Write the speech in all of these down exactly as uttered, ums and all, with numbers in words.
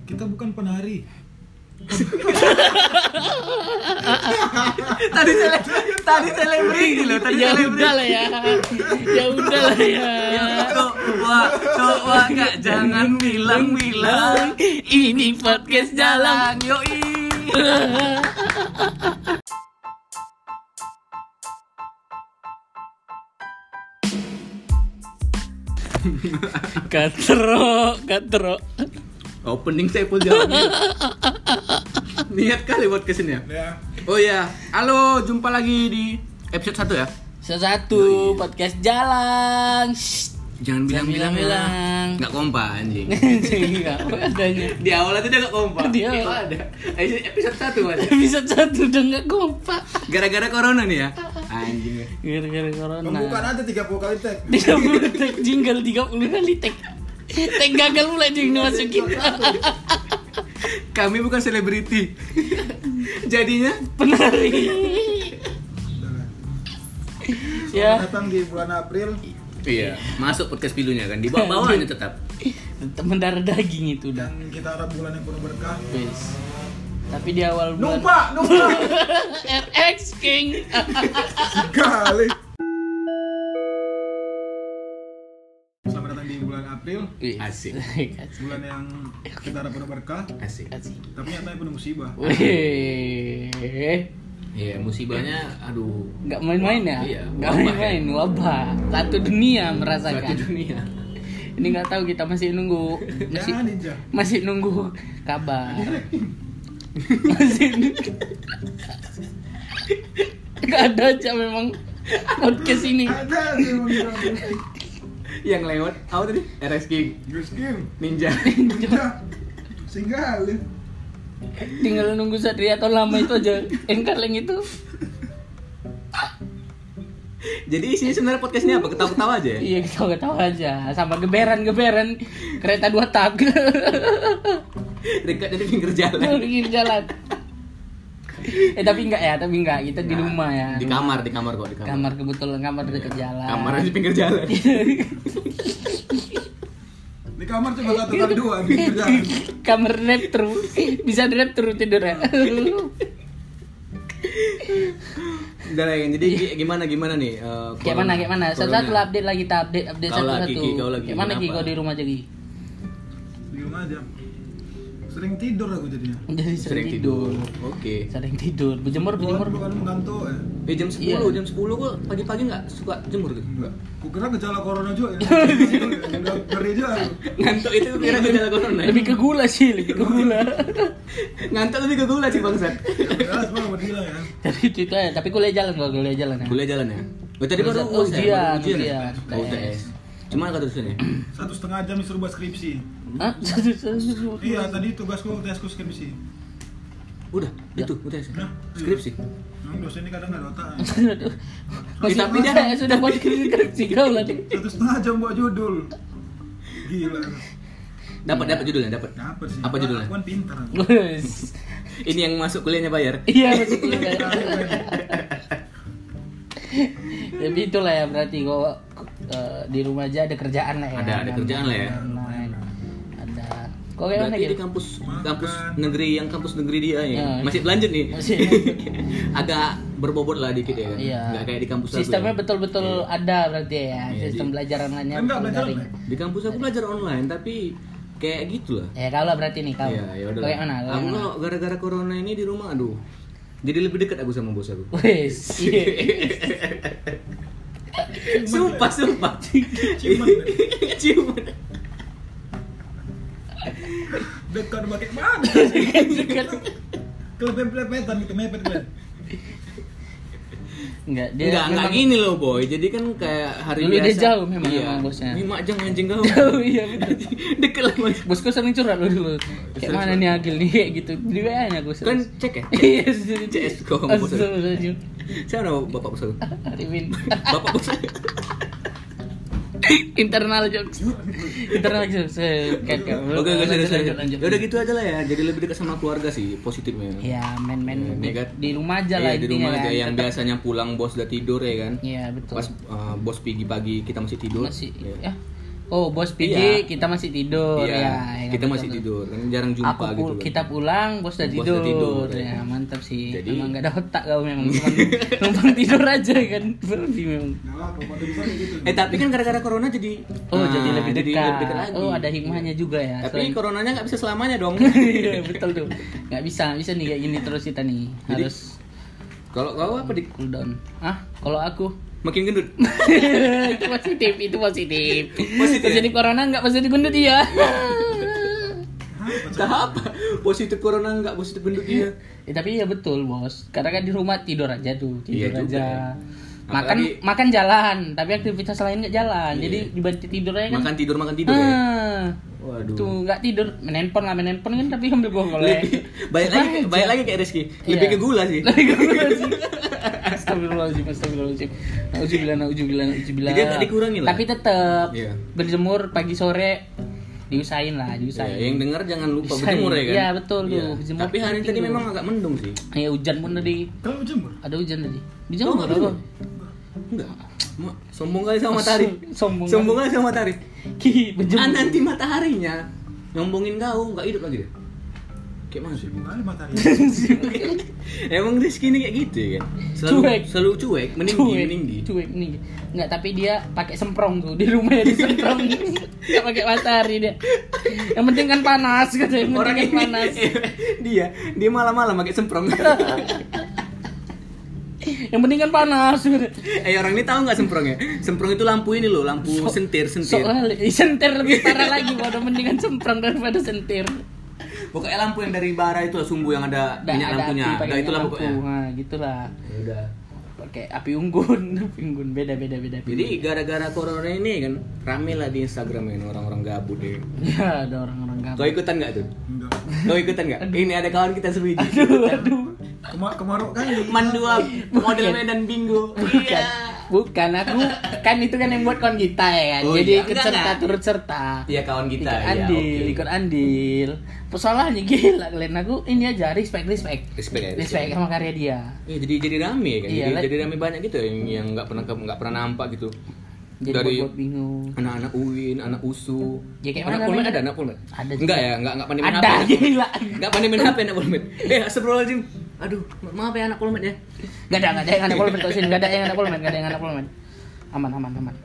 Kita bukan penari. tadi sele tadi selebriti loh, tadi Ya selebriti. udah lah ya. Ya udah lah ya. Coba, coba Kak, jangan bilang-bilang Ini podcast jalan. yoi. Katro, katro. Opening saya full jalan. Niat kali buat kesini ya. Ya. Oh ya, halo, jumpa lagi di episode satu ya. Satu podcast jalan. Shh. Jangan bilang-bilang bilang. Enggak kompak anjing. Enggak adanya. Di awal itu dia enggak kompak. Di Itu awal. ada. Eh, episode satu Mas. Episode satu udah nggak kompak. Gara-gara corona nih ya. Anjing. Gara-gara corona. Pembukaan aja tiga puluh kali tag. tiga puluh tag jingle tiga puluh kali tag. Tag gagal mulai jadi masukin. Kami bukan selebriti. Jadinya Penari. Ya. Selamat datang di bulan April. iya, masuk podcast pilunya kan di bawah-bawahnya tetap. Mendarah daging itu udah. Dan kita harap bulan yang penuh berkah. Wes. Tapi di awal bulan Numpak, numpak. R X King. Kali. Selamat datang di bulan April. Wih, Asik. Asik. Bulan yang kita harap penuh berkah. Asik. Asik. Tapi nyatanya penuh musibah. Wih. Iya, musibahnya aduh. Nggak main-main ya? Iya, Nggak wabah main-main, wabah. Satu dunia merasakan. Satu dunia. Ini nggak tahu, kita masih nunggu, masih Ya, ninja. masih nunggu kabar. Masih nunggu. Nggak ada aja memang podcast ini. Ada sih mau bilang. Yang lewat apa tadi? R S King, Gus Kim. Ninja. Ninja. Singgalin. Tinggal nunggu Satria atau lama itu aja. Yang kaleng itu. Jadi isinya sebenarnya podcast ini apa? Ketawa-ketawa aja ya? Iya, kita ketawa aja. Sama geberan-geberan kereta dua tak. Dekat dari pinggir jalan. Di pinggir jalan. Eh tapi enggak ya, tapi enggak. Kita di rumah ya. Di kamar, di kamar kok, di kamar. Kamar kebetulan kamar dekat jalan. Kamar di pinggir jalan. Di kamar cuma satu kali dua di pinggir jalan. Kamar drive thru. Bisa drive thru tidurnya. Udah lah, jadi gi- gimana gimana nih? eh, Kayak mana, kayak mana? Satu-satu lah update lagi, kita update, update Kau lah, satu-satu. Kiki, kau lagi. Kayak mana Ki Kenapa? kau di rumah jadi? Di rumah aja. Sering tidur aku jadinya. Jadi Sering tidur. Oke. Sering tidur. Berjemur, berjemur. Bukan mengantuk ya. Eh jam Iya. sepuluh, jam sepuluh kok pagi-pagi enggak suka jemur gitu? Enggak. Kukira gejala corona juga ya. Udah ngeri juga aku. Ngantuk itu kira gejala corona. ya? Lebih ke gula sih, lebih ke gula. Ngantuk lebih ke gula sih bangsat. Ya, semua mau bilang ya. Tapi itu ya, tapi kuliah jalan kok, kuliah jalan ya. Kuliah jalan ya? Oh tadi baru Oh, U S ya? ujian, Baru ujian. ya? Oh, U T S. Cuma kata terusannya. Satu setengah jam disuruh buat skripsi. Hah? Satu, satu, satu. Iya, tadi tugasku tesku skripsi. Udah, itu U T S. Nah, Skripsi. Memang dosen ini kadang nggak ada otak. Masih tapi dia- dia sudah buat skripsi kau lah. Satu setengah jam buat judul. Gila. Dapat dapat judulnya, dapat. Dapet sih. Apa judulnya? Aku kan pintar. aku. Wes. Ini yang masuk kuliahnya bayar. Iya, masuk kuliah. Jadi itulah ya berarti kok eh, di rumah aja ada kerjaan lah ya. Ada- ada kerjaan lah ya. Online. Ada. Kok kayak mana Berarti di gitu? kampus Makan. kampus negeri yang kampus negeri dia ya. Ya. Masih berlanjut nih. Masih. Agak berbobot lah dikit ya kan. Iya. Enggak kayak di kampus aku. Sistemnya ya. betul-betul Iya. ada berarti ya. Iya, Sistem di- belajar online-nya Enggak, belajar daring. online. Di kampus aku belajar online tapi kayak gitu lah. Ya kalau berarti nih kau. Iya, ya udah. Kau yang mana? Kau Aku yang mana? kalau gara-gara corona ini di rumah aduh. Jadi lebih dekat aku sama bos aku. Wes. Iya. Sumpah, sumpah. Ciuman. Ciuman. Dekat pakai mana? Kelepet-kelepetan gitu, mepet gue. Enggak, dia Enggak, enggak memang- gini loh boy. Jadi kan kayak hari Dulu biasa. dia jauh memang iya. sama bosnya. Lima jam anjing kau. Jauh, iya betul. Deket lah mas. Bosku sering curhat lo dulu. Kayak mana nih Agil nih kayak gitu. Di W A-nya gue Kan cek ya. Iya, C S kau sama bos aku. Astagfirullahaladzim. Siapa nama bapak bos aku? Arifin. Bapak bos aku. Internal jokes. Internal jokes. Eh, kayak- kayak- Oke, oke, lanjut, serius, lanjut, serius. lanjut. Ya udah gitu aja lah ya. Jadi lebih dekat sama keluarga sih, positifnya. Ya, main-main Iya, di, kan? di rumah aja lah Iya, di intinya rumah aja. kan. Yang Tetap- biasanya pulang bos udah tidur ya kan. Iya, betul. Pas uh, bos pergi pagi kita masih tidur. Masih Iya. ya. Oh, bos pergi, Iya. kita masih tidur Iya, ya. ya kita betul, masih betul. tidur kan jarang jumpa Aku gitu pul- kan. kita pulang, bos udah Bos tidur. udah tidur, ya, ya. mantap sih. Jadi- Emang gak ada otak kau memang cuma numpang tidur aja kan. Berarti memang. Nggak apa-apa, pada bisa kayak gitu. Eh tapi kan gara-gara corona jadi Oh, nah, jadi lebih jadi dekat. lebih dekat lagi. Oh, ada hikmahnya juga ya. Tapi Selain- coronanya nggak bisa selamanya dong. Iya, betul tuh. Nggak bisa, nggak bisa nih kayak gini terus kita nih. Jadi- Harus Kalau kau apa dik? cool down. Ah, kalau aku Makin gendut. itu positif, itu positif. Positif, Positif corona nggak positif gendut dia. Tahap apa? Positif corona nggak positif gendut dia. Ya, tapi ya betul bos, karena kan di rumah tidur aja tuh, tidur Iya juga aja. ya. Makan Apalagi- makan jalan, tapi aktivitas lain nggak jalan. Iya. Jadi dibantu tidur aja kan. Makan tidur makan tidur ya. Ah, Waduh. tuh nggak tidur, main handphone lah main handphone kan tapi ambil gua oleh. Lebih, baik lagi baik lagi kayak Rizky. Lebih Iya. ke gula sih. Astagfirullahaladzim, astagfirullahaladzim. Nauzubillah, nauzubillah, nauzubillah. Jadi agak dikurangin lah. Tapi tetap Iya. berjemur pagi sore diusahain lah, diusahain. Ya, yang dengar jangan lupa Usahain. berjemur ya kan. Iya, betul tuh, Iya. berjemur Tapi hari ini penting tadi tuh. memang agak mendung sih. Ya hujan pun tadi. Kalau jemur, Ada hujan tadi. Oh, Dijemur nggak apa? betul. Enggak. Ma- Sombong kali sama matahari. Sombong Sombong kali sama matahari. Ki, Ah, berjemur. nanti mataharinya nyombongin kau, nggak hidup lagi deh. Kayak mana sih? gimana matahari? Emang Rizky ini kayak gitu ya kan? Selalu Cuek. selalu cuek, meninggi, Cuek, meninggi. cuek, meninggi. Enggak, tapi dia pakai semprong tuh di rumahnya di semprong. Enggak pakai matahari dia. Yang penting kan panas katanya, yang penting Orang kan ini panas. dia dia malam-malam pakai semprong. Yang penting kan panas. eh orang ini tahu nggak semprongnya? Semprong itu lampu ini loh, lampu So- sentir sentir. Soalnya sentir lebih parah lagi, bodoh, mendingan semprong daripada sentir. Pokoknya lampu yang dari bara itu lah, sumbu yang ada Nggak minyak ada lampunya. api, pakai Nah, itulah minyak pokoknya. lampu. Nah, gitulah. Ya udah. Pakai api unggun, api unggun beda beda beda. Jadi gara-gara corona ini kan rame lah di Instagram ini orang-orang gabut deh. ya ada orang-orang Kau gabut. ikutan nggak tuh? Enggak. Kau ikutan nggak? Ini ada kawan kita sebiji. Aduh, aduh. Kema kemaruk kali. Mandua model Bukan. Medan Bingo. Bukan, Iya. bukan aku kan itu kan yang buat kawan kita ya kan. Oh, Jadi iya. ikut Enggak, serta enggak. turut serta. Iya kawan kita. Ikut ya, andil, oke. ikut andil. Persoalannya gila kalian, aku ini aja respect respect. Respect ya, Respect sama karya dia. Iya, jadi jadi rame kan. Iya, jadi, lah. jadi rame banyak gitu yang yang nggak pernah nggak pernah nampak gitu. Jadi Dari buat bingung. anak-anak U I N, anak U S U. Ya, kayak anak mana Polmed namanya? ada anak Polmed? Ada juga. Enggak ya, enggak enggak pandai main Ada, H P. gila. Enggak pandai main H P anak Polmed. Eh, astagfirullahaladzim. Aduh, ma- maaf ya anak Polmed ya. Gak ada, gak ada yang anak polmen kok sini, gak ada yang anak polmen, gak ada yang anak polmen. Aman, aman, aman.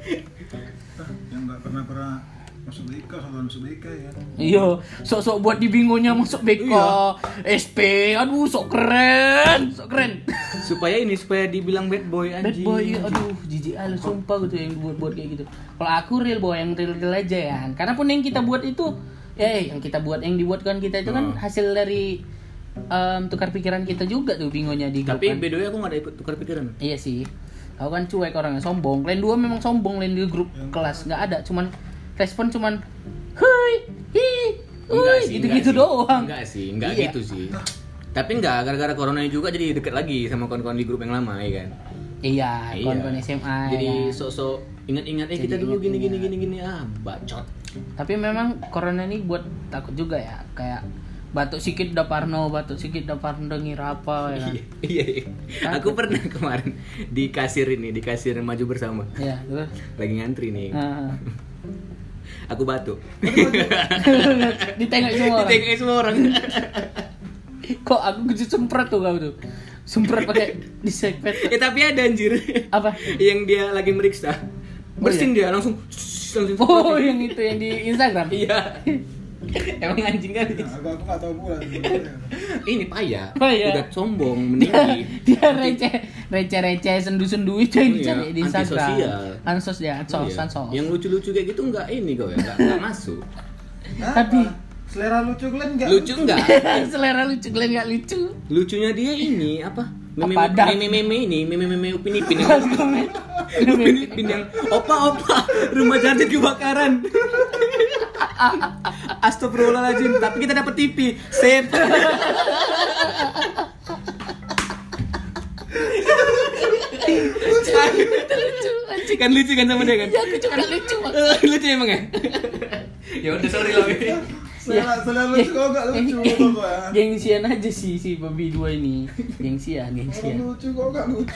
Yang nggak pernah pernah masuk B K, soal masuk B K ya. Iya, sok-sok buat di bingonya masuk B K, Iya. S P, aduh sok keren, sok keren. Supaya ini supaya dibilang bad boy Bad anjing. boy, aduh jijik alu sumpah gitu yang buat-buat kayak gitu. Kalau aku real boy, yang real-real aja ya. Karena pun yang kita buat itu, eh yang kita buat, yang dibuatkan kita itu kan Oh. hasil dari em, tukar pikiran kita juga tuh bingonya di grup Tapi kan. by the way aku enggak ada ikut tukar pikiran. Iya sih. Aku kan cuek orangnya, sombong. Kalian dua memang sombong, kalian di grup kelas nggak ada, cuman respon cuman, hei, hi, Enggak hui, sih, gitu-gitu enggak sih. doang. Enggak sih, enggak Iya. gitu sih. Tapi enggak, gara-gara corona ini juga jadi deket lagi sama kawan-kawan di grup yang lama ya kan. Iya, Iya. kawan-kawan S M A. Jadi ya. sok-sok ingat-ingat eh Jadi kita dulu gini gini ingat-ingat. gini gini ah bacot. Tapi memang corona ini buat takut juga ya, kayak batuk sikit udah parno, batuk sikit udah parno ngira apa ya kan. Iya, iya, iya. Aku pernah kemarin di kasir ini, di kasir maju bersama. Iya, terus. Lagi ngantri nih. Nah, Aku batuk. ditengok semua orang. Ditengok semua orang. Kok aku gitu semprot tuh kau tuh. Semprot pakai disinfektan. Ya tapi ada anjir. Apa? Yang dia lagi meriksa. Bersin dia langsung langsung. Oh, yang itu yang di Instagram. Iya. Emang anjing kan. Nah, aku aku nggak tahu pula. Ini payah. Payah. Udah sombong, meninggi. Dia receh, receh, receh, sendu, sendu itu yang Iya, dicari di Instagram. antisosial. Ansos ya, ansos, Iya. ansos. Yang lucu-lucu kayak gitu enggak ini kau ya, enggak, enggak masuk. Tapi- selera lucu kalian nggak? Lucu enggak? Selera lucu, kalian nggak lucu. Lucunya dia ini apa? Meme Apa dah? meme meme ini, meme meme upin ipin yang upin ipin yang opa opa rumah Jardin kebakaran. Astagfirullahaladzim, tapi kita dapat T V. Sip. Itu lucu, anjing. Kan lucu kan sama dia kan? Iya, aku juga lucu. Bang. lucu emang ya? Ya udah sorry lah. Saya saya lucu kok enggak lucu kok ya. Gengsian aja sih si babi dua ini. Gengsian, gengsian. Lucu kok enggak lucu.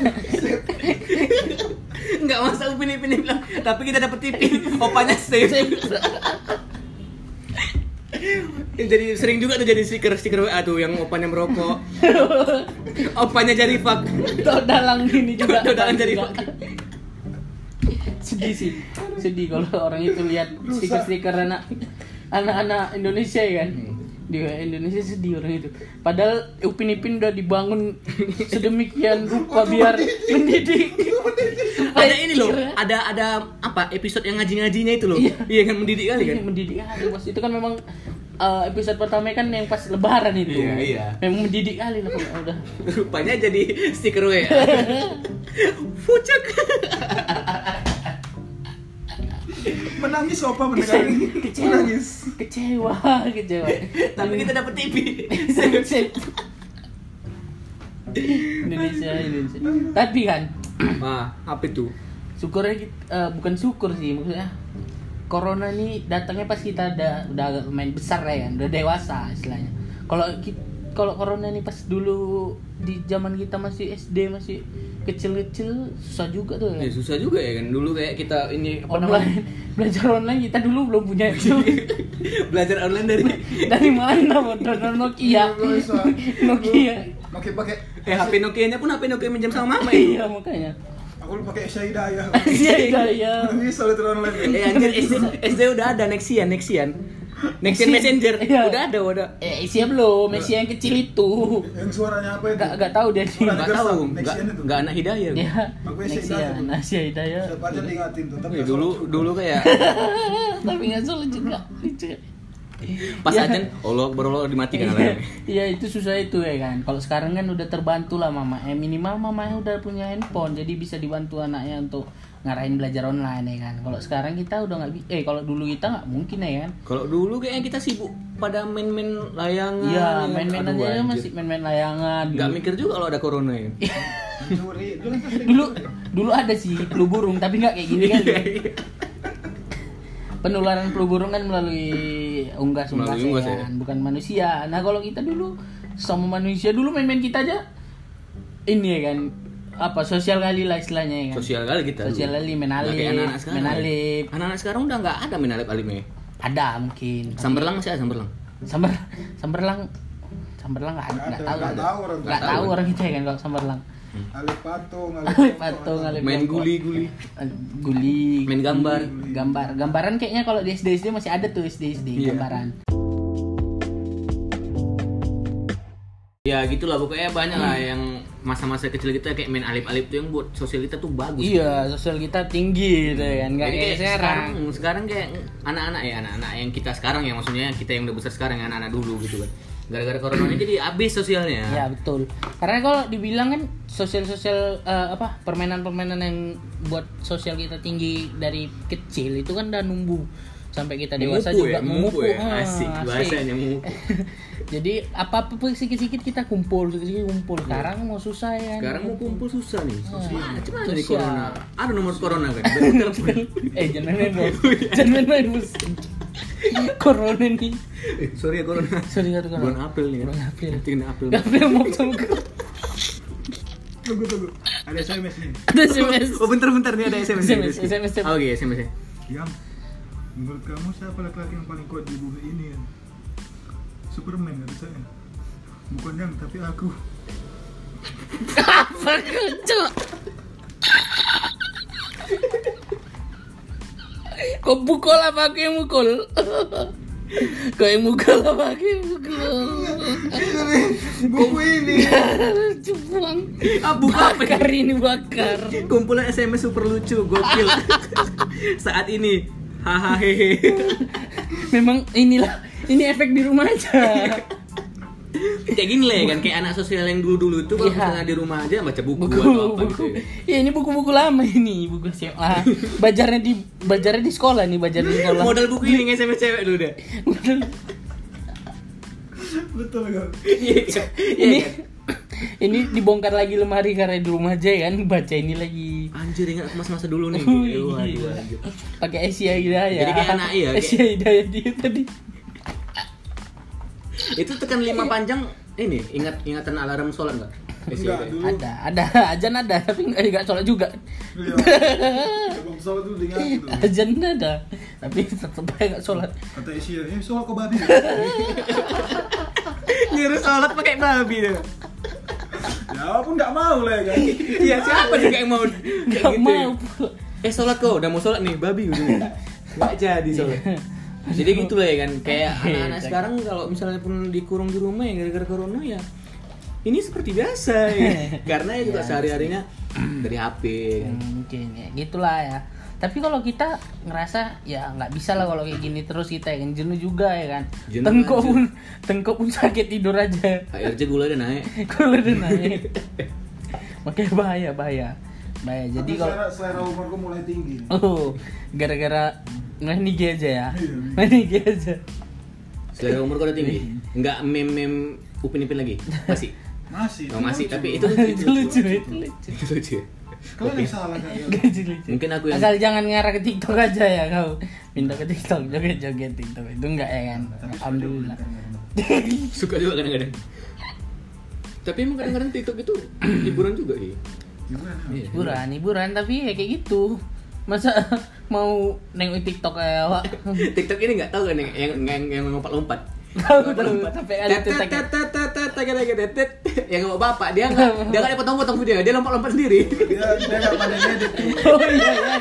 Enggak masa Upin-Ipin bilang, tapi kita dapet T V, opanya save. Jadi sering juga tuh jadi stiker-stiker W A tuh yang opanya merokok. Opanya jadi fuck. Dalang gini juga. Dalang jadi fuck. Sedih sih. Sedih kalau orang itu lihat stiker-stiker anak anak-anak Indonesia ya kan. Di Indonesia sedih orang itu. Padahal Upin-Ipin udah dibangun sedemikian rupa biar mendidik. Ada ini loh, ada ada apa episode yang ngaji-ngajinya itu loh. Iya. Iya kan mendidik kali kan. Iya, mendidik kali bos. Itu kan memang uh, episode pertama kan yang pas lebaran itu. Iya, iya. Memang mendidik kali lah udah. Rupanya jadi stiker W A. Fucek. Menangis apa mendengar ini? Menangis. Kecewa, kecewa. Tapi kita dapet T V. Indonesia, Indonesia. Tapi kan, Wah, apa itu? syukurnya kita, uh, bukan syukur sih maksudnya. Corona ini datangnya pas kita udah udah agak main besar ya kan, udah dewasa istilahnya. Kalau ki- kalau corona ini pas dulu di zaman kita masih S D masih kecil-kecil susah juga tuh ya. Ya susah juga ya kan dulu kayak kita ini apa namanya? Online, belajar online kita dulu belum punya itu. Belajar online dari Dari mana modal Nokia? Nokia. Pakai pakai eh H P Nokia-nya pun H P Nokia minjam sama mama itu. Iya makanya. aku pakai Syahidayah. Iya iya. Bisa itu online. Eh anjir S D, S D udah ada Nexian, Nexian. Nexian Messenger. Iya. Udah ada, udah. Eh Isia belum, Messi yang kecil itu. Yang suaranya apa itu? Gak gak tahu dia sih. Enggak tahu, Nexian enggak itu. enggak anak hidayah. Dia Aku Messi Isia ya, Hidayah. Asia Hidayah. Siapa aja diingatin tuh, tapi Eh, dulu dulu kayak Tapi nggak sulit juga. Lucu. pas Ya. ajan Allah berolok dimatikan alarmnya. Iya itu susah itu ya kan. Kalau sekarang kan udah terbantu lah mama. Eh minimal mamanya udah punya handphone, jadi bisa dibantu anaknya untuk ngarahin belajar online ya kan. Kalau sekarang kita udah nggak bi- eh kalau dulu kita nggak mungkin ya kan. Kalau dulu kayaknya kita sibuk pada main-main layangan. Iya ya. main-main Aduh, aja anjir. masih main-main layangan. Nggak mikir juga kalau ada corona ya. Curi. Dulu kan sering Dulu dulu ada sih flu burung tapi nggak kayak gini kan. Iya, iya. Penularan flu burung kan melalui unggas-unggas Melalui unggas, ya ya. kan, bukan manusia. Nah kalau kita dulu sama manusia dulu main-main kita aja ini ya kan apa sosial kali lah istilahnya ya kan. Sosial kali kita. Sosial dulu. kali main Nggak alip, kayak anak-anak sekarang. main alip. Anak-anak sekarang udah nggak ada main alip alipnya. Ada mungkin. Samberlang masih ada Samberlang. Samber Samberlang Samberlang nggak ada, nggak tahu. Nggak tahu orang. Nggak Nggak tahu tahu. orang kita ya kan kalau Samberlang. Alif patung, Alip patung, alip Main pokok. guli-guli. Guli, Main gambar. gambar, gambaran kayaknya kalau di S D S D masih ada tuh S D S D Iya. gambaran. Ya gitulah pokoknya banyak lah yang masa-masa kecil kita kayak main alip-alip tuh yang buat sosial kita tuh bagus. Iya, sosial kita tinggi gitu ya kan, nggak Jadi kayak kayak sekarang. sekarang, sekarang kayak anak-anak ya, anak-anak yang kita sekarang ya maksudnya kita yang udah besar sekarang ya anak-anak dulu gitu kan. Gara-gara corona ini jadi habis sosialnya. Ya betul. Karena kalau dibilang kan sosial-sosial eh, apa permainan-permainan yang buat sosial kita tinggi dari kecil itu kan udah numbuh sampai kita dewasa Memupu juga ya, memupu ya. Ah, Asik bahasanya memupu. Jadi apa-apa pun sedikit-sedikit kita kumpul, sedikit-sedikit kumpul. Sekarang mau susah ya. Sekarang mau kumpul susah nih. Macam mana nih Sosial. corona? Ada nomor corona kan? eh jangan main bos. Jangan main bos. Corona nih. Eh, sorry ya corona. Sorry ya corona. Bulan April nih. Bulan April. Tinggal April. Gak boleh mau sama gue. Tunggu tunggu. Ada S M S nih. Ada S M S. Oh bentar-bentar nih ada S M S. S M S, S M S. Oh iya S M S ya. Yang menurut kamu siapa laki-laki yang paling kuat di bumi ini? Ya? Superman kata saya. Bukan yang tapi aku. Apa lucu? Kau pukul apa aku yang mukul? Kau yang mukul apa aku yang mukul? Buku ini. Cukuang. Ah buka apa ya? Bakar ini bakar. Kumpulan S M S super lucu, gokil. Saat ini. Hahaha hehe. Memang inilah ini efek di rumah aja. Kayak gini lah ya kan kayak anak sosial yang dulu-dulu itu kalau Iya. misalnya di rumah aja baca buku, Buku, atau apa buku. gitu. Ya. Ya ini buku-buku lama ini, buku S M A. Bajarnya di bajarnya di sekolah nih, bajar di sekolah. Modal buku ini S M S cewek dulu deh. Betul kan? Iya ini kan? ini dibongkar lagi lemari karena di rumah aja kan baca ini lagi. Anjir ingat masa-masa dulu nih. Wih, Waduh, gila. anjir. Pakai Asia Hidayah. Jadi kayak anak iya, kayak- Asia Hidayah dia tadi. Itu tekan lima panjang ini ingat ingatan alarm sholat enggak? Enggak, dulu. Ada, ada, ajan ada, tapi nggak nggak sholat juga. Iya. Bang sholat dulu dengar gitu. Ajan ada, tapi tetap aja nggak sholat. Kata Asia, eh sholat kok babi. Nyuruh sholat pakai babi tuh. Ya pun nggak mau lah kan. Iya siapa juga yang mau? Nggak mau. Eh sholat kok, udah mau sholat nih babi udah. Nggak jadi sholat. Jadi gitu lah ya kan, kayak anak-anak sekarang kalau misalnya pun dikurung di rumah ya gara-gara corona ya ini seperti biasa ya. Karena ya juga Ya, sehari-harinya dari H P kan. Hmm, mungkin ya gitulah ya. Tapi kalau kita ngerasa ya nggak bisa lah kalau kayak gini terus kita ya kan jenuh juga ya kan. Jenuh Tengkok aja. pun tengkok pun sakit tidur aja. K R J gula udah naik. Kalau udah naik. Makanya bahaya bahaya. Bahaya. Jadi Tapi kalau selera, selera umurku mulai tinggi. oh gara-gara main I G aja ya. Iya. Main I G aja. Selera umur kau udah tinggi? Enggak mem-mem upin-ipin lagi? Masih? Masih. Oh, masih, lucu. tapi itu Itu lucu, itu lucu. Itu lucu. Kalian Oke. yang salah kan? Lucu, lucu. Mungkin aku yang Asal jangan ngarah ke TikTok aja ya kau. Pindah ke TikTok, joget-joget TikTok itu enggak ya kan. Alhamdulillah. suka juga kadang-kadang. Tapi emang kadang-kadang TikTok itu hiburan juga sih. Gimana? Iya. Hiburan, hiburan tapi ya kayak gitu. Masa mau nengok TikTok kayak awak. TikTok ini nggak tahu kan yang yang yang, yang lompat-lompat. Tahu tahu sampai ada Tet, titik. tet, tet, tet, tet, tet, tet, tet, tet. Yang bawa bapak dia nggak dia nggak dipotong-potong video dia lompat-lompat sendiri Dia dia nggak pandai ngedit. Oh iya iya.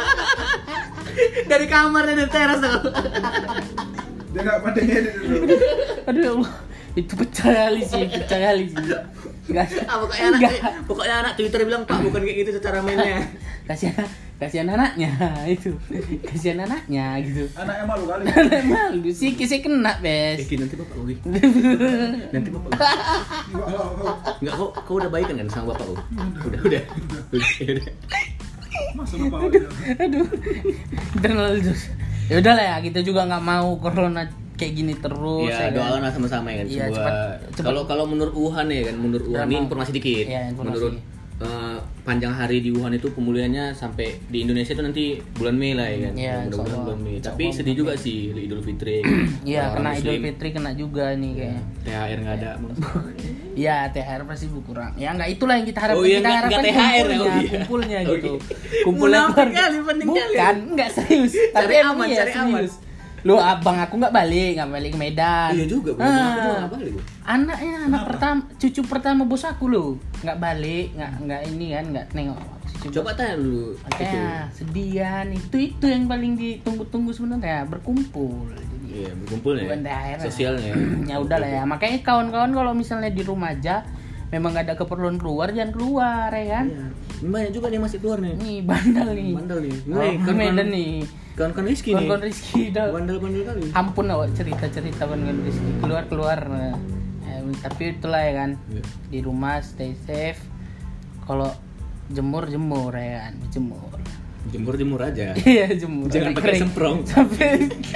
dari kamar dan dari teras tuh. Dia nggak pandai ngedit dulu. Aduh ya Allah. Itu pecah kali sih, pecah kali sih. Enggak. Ah, pokoknya anak pokoknya anak Twitter bilang Pak bukan kayak gitu cara mainnya. Kasihan kasihan anaknya itu. Kasihan anaknya gitu. Anaknya malu kali. Malu sih kisah kena, Bes. Eh, nanti bapak lagi. Nanti bapak. Enggak kok kau udah baikan kan sama bapak kau? Udah, udah. Udah, udah. Masa lupa aja. Aduh. Internal terus. Ya udah lah ya, kita juga nggak mau corona kayak gini terus. Ya, kan? doakan lah sama-sama ya kan. Iya, Sebuah cepat- cepat. kalau kalau menurut Wuhan ya kan, menurut Wuhan ini Drama. informasi dikit. Iya, informasi. Menurut eh, panjang hari di Wuhan itu pemulihannya sampai di Indonesia itu nanti bulan Mei lah ya kan. Iya, Mudah-mudahan insyaallah. bulan Mei. Tapi Insyaallah sedih bulan juga Mei. sih Idul Fitri. Iya, Orang-orang kena Idul Muslim. Fitri kena juga nih kayaknya. T H R nggak ada. Bang. Iya, T H R pasti berkurang. Ya enggak itulah yang kita harapkan. Oh iya, kita nggak- harapkan nggak T H R ya? kumpulnya, Oh iya. kumpulnya Oh gitu. iya. Kumpulnya Munafik keluarga. kali, penting kali. Bukan, enggak serius. Tapi Cari emang aman, iya, cari aman. serius. Lu abang aku enggak balik, enggak balik ke Medan. Iya juga, Bang. Ah. Aku juga nggak balik, Bang. Anaknya anak pertama, cucu pertama bos aku loh. Enggak balik, enggak enggak ini kan, enggak nengok. Cucu Coba tanya dulu. makanya sedian itu itu yang paling ditunggu-tunggu sebenarnya berkumpul. Jadi Iya, berkumpul ya. bukan T H R. Sosialnya. Ya udah lah ya. Makanya kawan-kawan kalau misalnya di rumah aja memang gak ada keperluan keluar jangan keluar ya kan. Iya. Banyak juga nih yang masih keluar nih. Nih bandel nih. Bandel nih. Oh, Mulai Medan kawan-kawan nih. kawan-kawan Rizky nih. Kawan-kawan Rizky dah. Bandel-bandel kali. Ampun awak cerita-cerita kawan-kawan Rizky keluar-keluar. Nah, eh, tapi itulah ya kan. Iya. Di rumah stay safe. Kalau jemur jemur ya kan, jemur. Jemur-jemur aja. Iya jemur. Jangan Sampai pakai kering. semprong. Sampai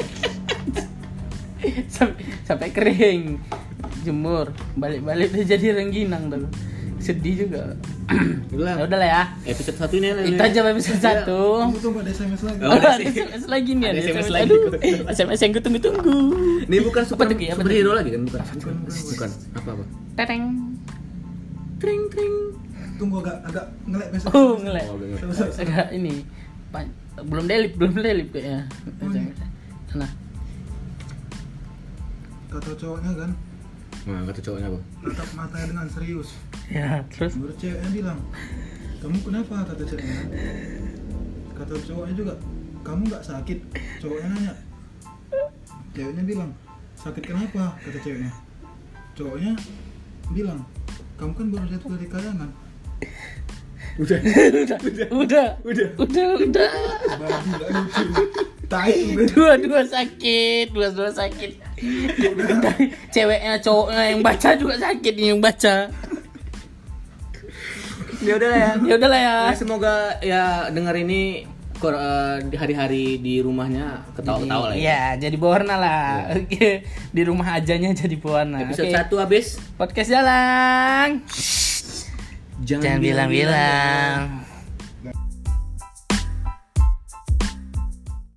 sampai, sampai kering. Jemur. Balik-balik dia jadi rengginang tuh. Sedih juga. Itulah. Ya udah lah ya. Episode satu ini lah. Itu aja episode satu. Tunggu tunggu ada S M S lagi. Oh, Oh, ada ada sih. S M S lagi nih, Ada ada S M S S M S lagi. Aduh, S M S yang gue tunggu-tunggu. Ini bukan super, tuh, Ki? Apa super tuh? hero lagi kan? Bukan. Bukan, bukan, Bukan. Apa-apa? Tereng. Tring tring. Tunggu agak agak ngelek besok. Oh, ngelek. Oh, bener. Agak ini. pan- Belum delip, belum delip kayaknya. Oh, iya. Nah, Kata cowoknya kan, Nah, kata cowoknya apa? tatap matanya dengan serius. ya terus Menurut ceweknya bilang, kamu kenapa? Kata ceweknya. Kata cowoknya juga, kamu nggak sakit? Cowoknya nanya. Ceweknya bilang, sakit kenapa? Kata ceweknya. Cowoknya bilang, kamu kan baru jatuh dari kayangan. Udah. udah, udah, Udah. udah, udah. Babi nggak lucu. Tai udah. Dua-dua sakit, dua-dua sakit. Ceweknya, cowoknya yang baca juga sakit nih yang baca. Ya udah lah ya. Ya udah lah ya. Ya, semoga ya dengar ini kor- eh, di hari-hari di rumahnya ketawa-ketawa lah ya. Iya, jadi pewarna lah. Oke, di rumah ajanya jadi pewarna. Episode Oke. satu habis. Podcast jalan. Jangan, Jangan bilang-bilang.